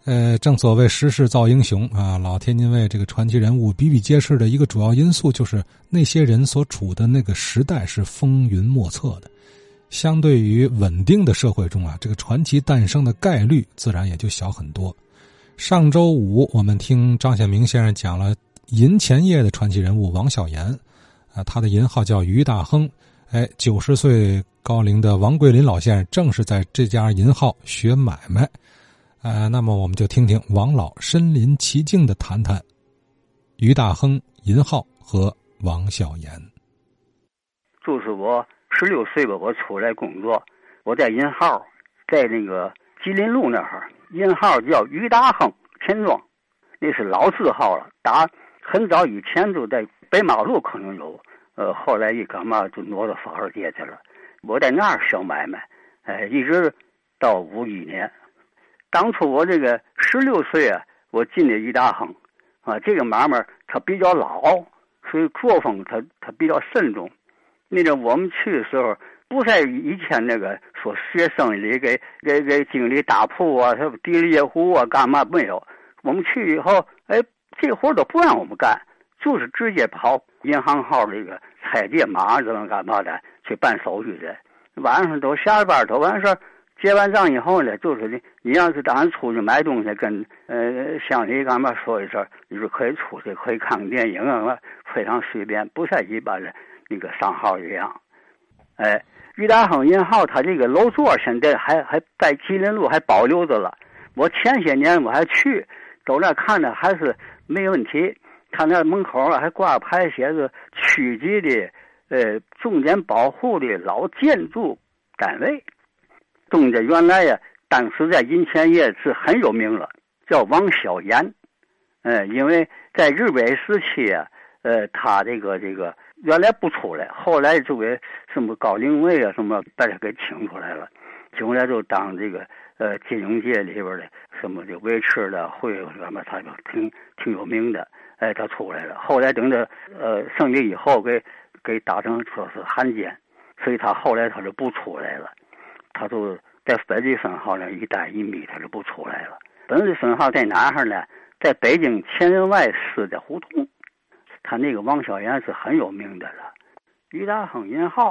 正所谓时势造英雄啊，老天津卫这个传奇人物比比皆是的一个主要因素就是那些人所处的那个时代是风云莫测的。相对于稳定的社会中啊，这个传奇诞生的概率自然也就小很多。上周五我们听张显明先生讲了银钱业的传奇人物王小岩啊，他的银号叫于大亨。90岁高龄的王桂林老先生正是在这家银号学买卖。那么我们就听听王老身临其境的谈谈于大亨银号和王小岩。 就是我16岁吧，我出来工作，我在银号，在那个吉林路那儿，银号叫于大亨钱庄，那是老字号了，打很早以前就在北马路可能有，后来一干嘛就挪到福和街去了。我在那儿小买卖，一直到51年。当初我这个16岁啊，我进的于大亨啊，这个买卖它比较老，所以作风它比较慎重。那个我们去的时候，不在以前那个说学生里给经理打铺啊，什么地里湖啊，干嘛没有。我们去以后，这活都不让我们干，就是直接跑银行号这个拆解码子干嘛的去办手续去。晚上都下班都完事儿。结完账以后呢，就是你要是当然出去买东西，跟乡里干嘛说一声，你就可以出去，可以看电影啊，非常随便，不像一般的那个商号一样。于大亨银号它这个楼座现在还在吉林路还保留着了。我前些年我还去，走那看着还是没问题。他那门口啊还挂牌写着区级的重点保护的老建筑单位。东家原来呀，当时在银钱业是很有名了，叫王小岩。因为在日伪时期啊，他这个原来不出来，后来就给什么高凌卫啊什么把他给请出来了，请出来就当这个金融界里边的什么就维持的会什么，他就挺有名的。他出来了，后来等着胜利以后给打成说是汉奸，所以他后来他就不出来了。他就在本地分号呢一带一米，他就不出来了。本地分号在哪儿呢？在北京前门外市的胡同。他那个王小岩是很有名的了。于大亨银号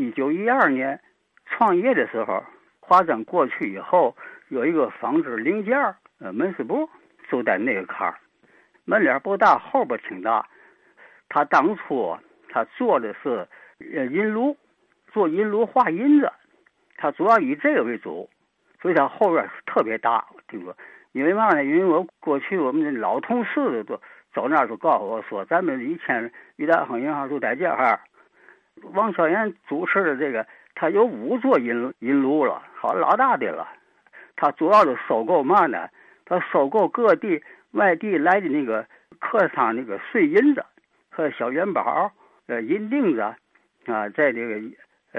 1912年创业的时候，华章过去以后，有一个纺织零件门市部就在那个坎儿，门脸不大，后边挺大。他当初他做的是银炉，做银炉画银子。他主要以这个为主，所以他后边特别大。听说，因为嘛呢？因为我过去我们的老同事都走那儿就告诉我说，咱们以前于大亨银行就在这儿。王小岩主持的这个，他有5座银炉了，好老大的了。他主要的收购嘛呢？他收购各地外地来的那个客商那个碎银子和小元宝、银锭子啊，在这个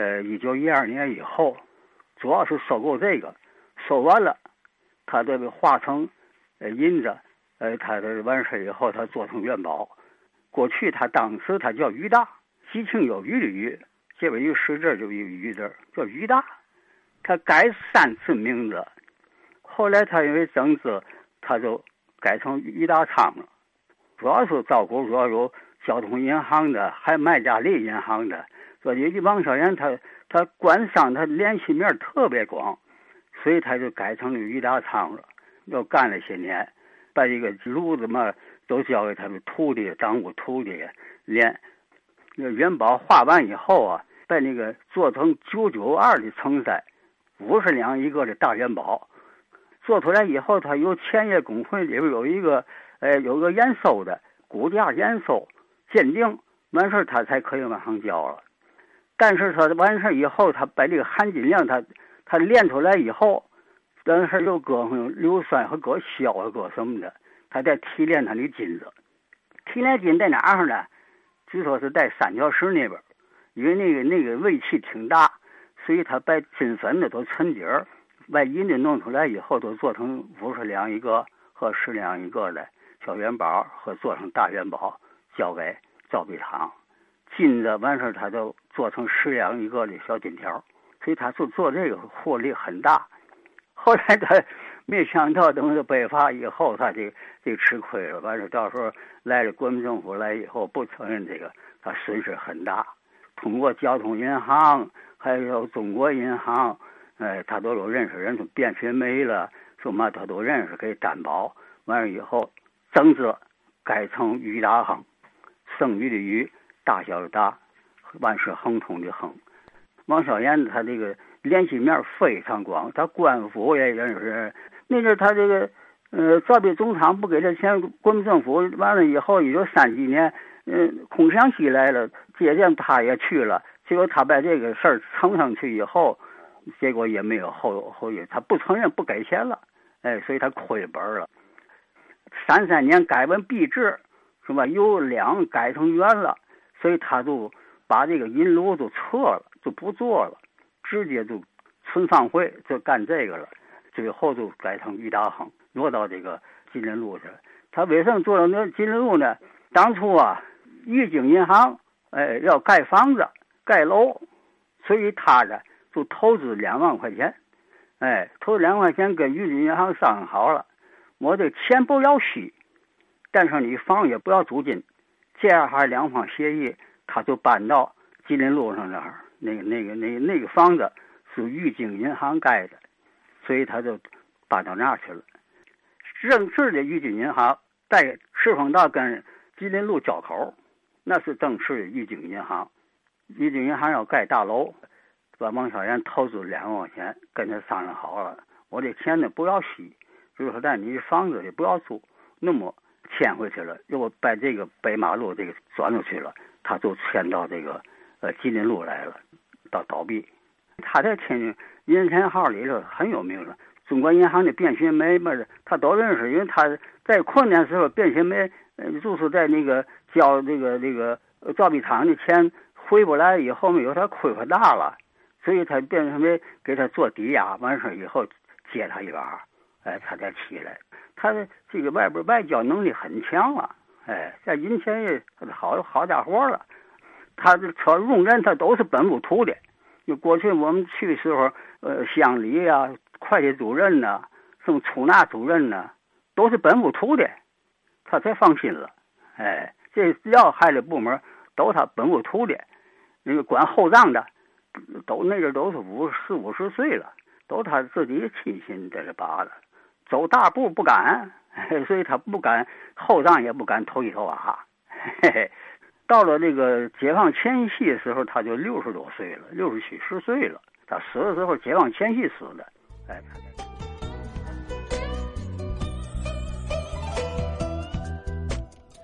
1912年以后。主要是收购这个，收完了，他这个化成银子，他这完事以后，他做成元宝。过去他当时他叫于大，吉庆有余的余，这边一个石字就一个余字，叫于大。他改3次名字，后来他因为增资，他就改成于大昌了。主要是照顾主要有交通银行的，还麦加利银行的。所以王小岩他官商他联系面特别广，所以他就改成了于大昌了。又干了些年，把这个路子嘛都交给他的徒弟，当过徒弟练。那个元宝画完以后啊，把那个做成992的成色，50两一个的大元宝。做出来以后，他有钱业工会里边有个验收的估价验收鉴定，完事他才可以往上交了。但是他完事以后，他把这个含金量他炼出来以后，但是又搁上硫酸和搁硝和搁什么的，他在提炼他的金子。提炼金在哪儿呢？据说是在三角石那边，因为那个胃气挺大，所以他把金粉的都沉底儿，把银的弄出来以后，都做成50两一个和10两一个的小元宝，和做成大元宝，交给造币厂。金子完事他就做成10两一个的小金条，所以他就做这个获利很大。后来他没想到等他北伐以后，他这吃亏了。完事到时候来了国民政府来以后，不承认这个，他损失很大。通过交通银行还有中国银行，他都有认识人，都卞学梅了，什么他都认识，给担保。完了以后，政治改成俞大亨，剩余的俞，大小的大，万事亨通的亨。王小岩他这个联系面非常广，他官府也认识。那阵他这个造币总厂不给他钱，国民政府完了以后，1930几年，孔祥熙来了，接见他也去了。结果他把这个事儿呈上去以后，结果也没有后续，他不承认不给钱了，所以他亏本了。33年改完币制，是吧？由两改成元了，所以他就把这个银炉都撤了，就不做了，直接就存放会就干这个了。最后就改成俞大亨，挪到这个金陵路去了。他为什么做到那金陵路呢？当初啊，豫京银行要盖房子盖楼，所以他呢就投资2万块钱，投2万块钱跟豫京银行商量好了，我这钱不要息，但是你房也不要租金，这样还2方协议，他就搬到金陵路上那儿，那个房子是豫京银行盖的。所以他就搬到那儿去了。正式的豫京银行在赤峰道跟吉林路交口，那是正式的豫京银行。豫京银行要盖大楼，把王小岩投资2万块钱，跟他商量好了，我这钱呢不要息，就是说但你房子也不要租，那么迁回去了，又把这个北马路这个转出去了，他就迁到这个吉林路来了，到倒闭。他在天津银钱号里头很有名了，中国银行的卞学梅嘛，他都认识，因为他在困难时候，卞学梅就是在那个交这个造币厂的钱回不来以后，有他亏可大了，所以他卞学梅给他做抵押，完事以后接他一把，他才起来。他的这个外交能力很强啊，在银钱也好家伙了。他的车用人他都是本部图的。就过去我们去的时候，乡里啊、会计主任呐、什么出纳主任呐，都是本部图的，他才放心了。这要害的部门都他本部图的，那个管后账的，都那阵都是50岁了，都他自己的亲戚在这把的，走大步不敢，所以他不敢后账也不敢头一头啊。到了这个解放前夕的时候，他就60多岁了，67、10岁了。他死的时候，解放前夕死的。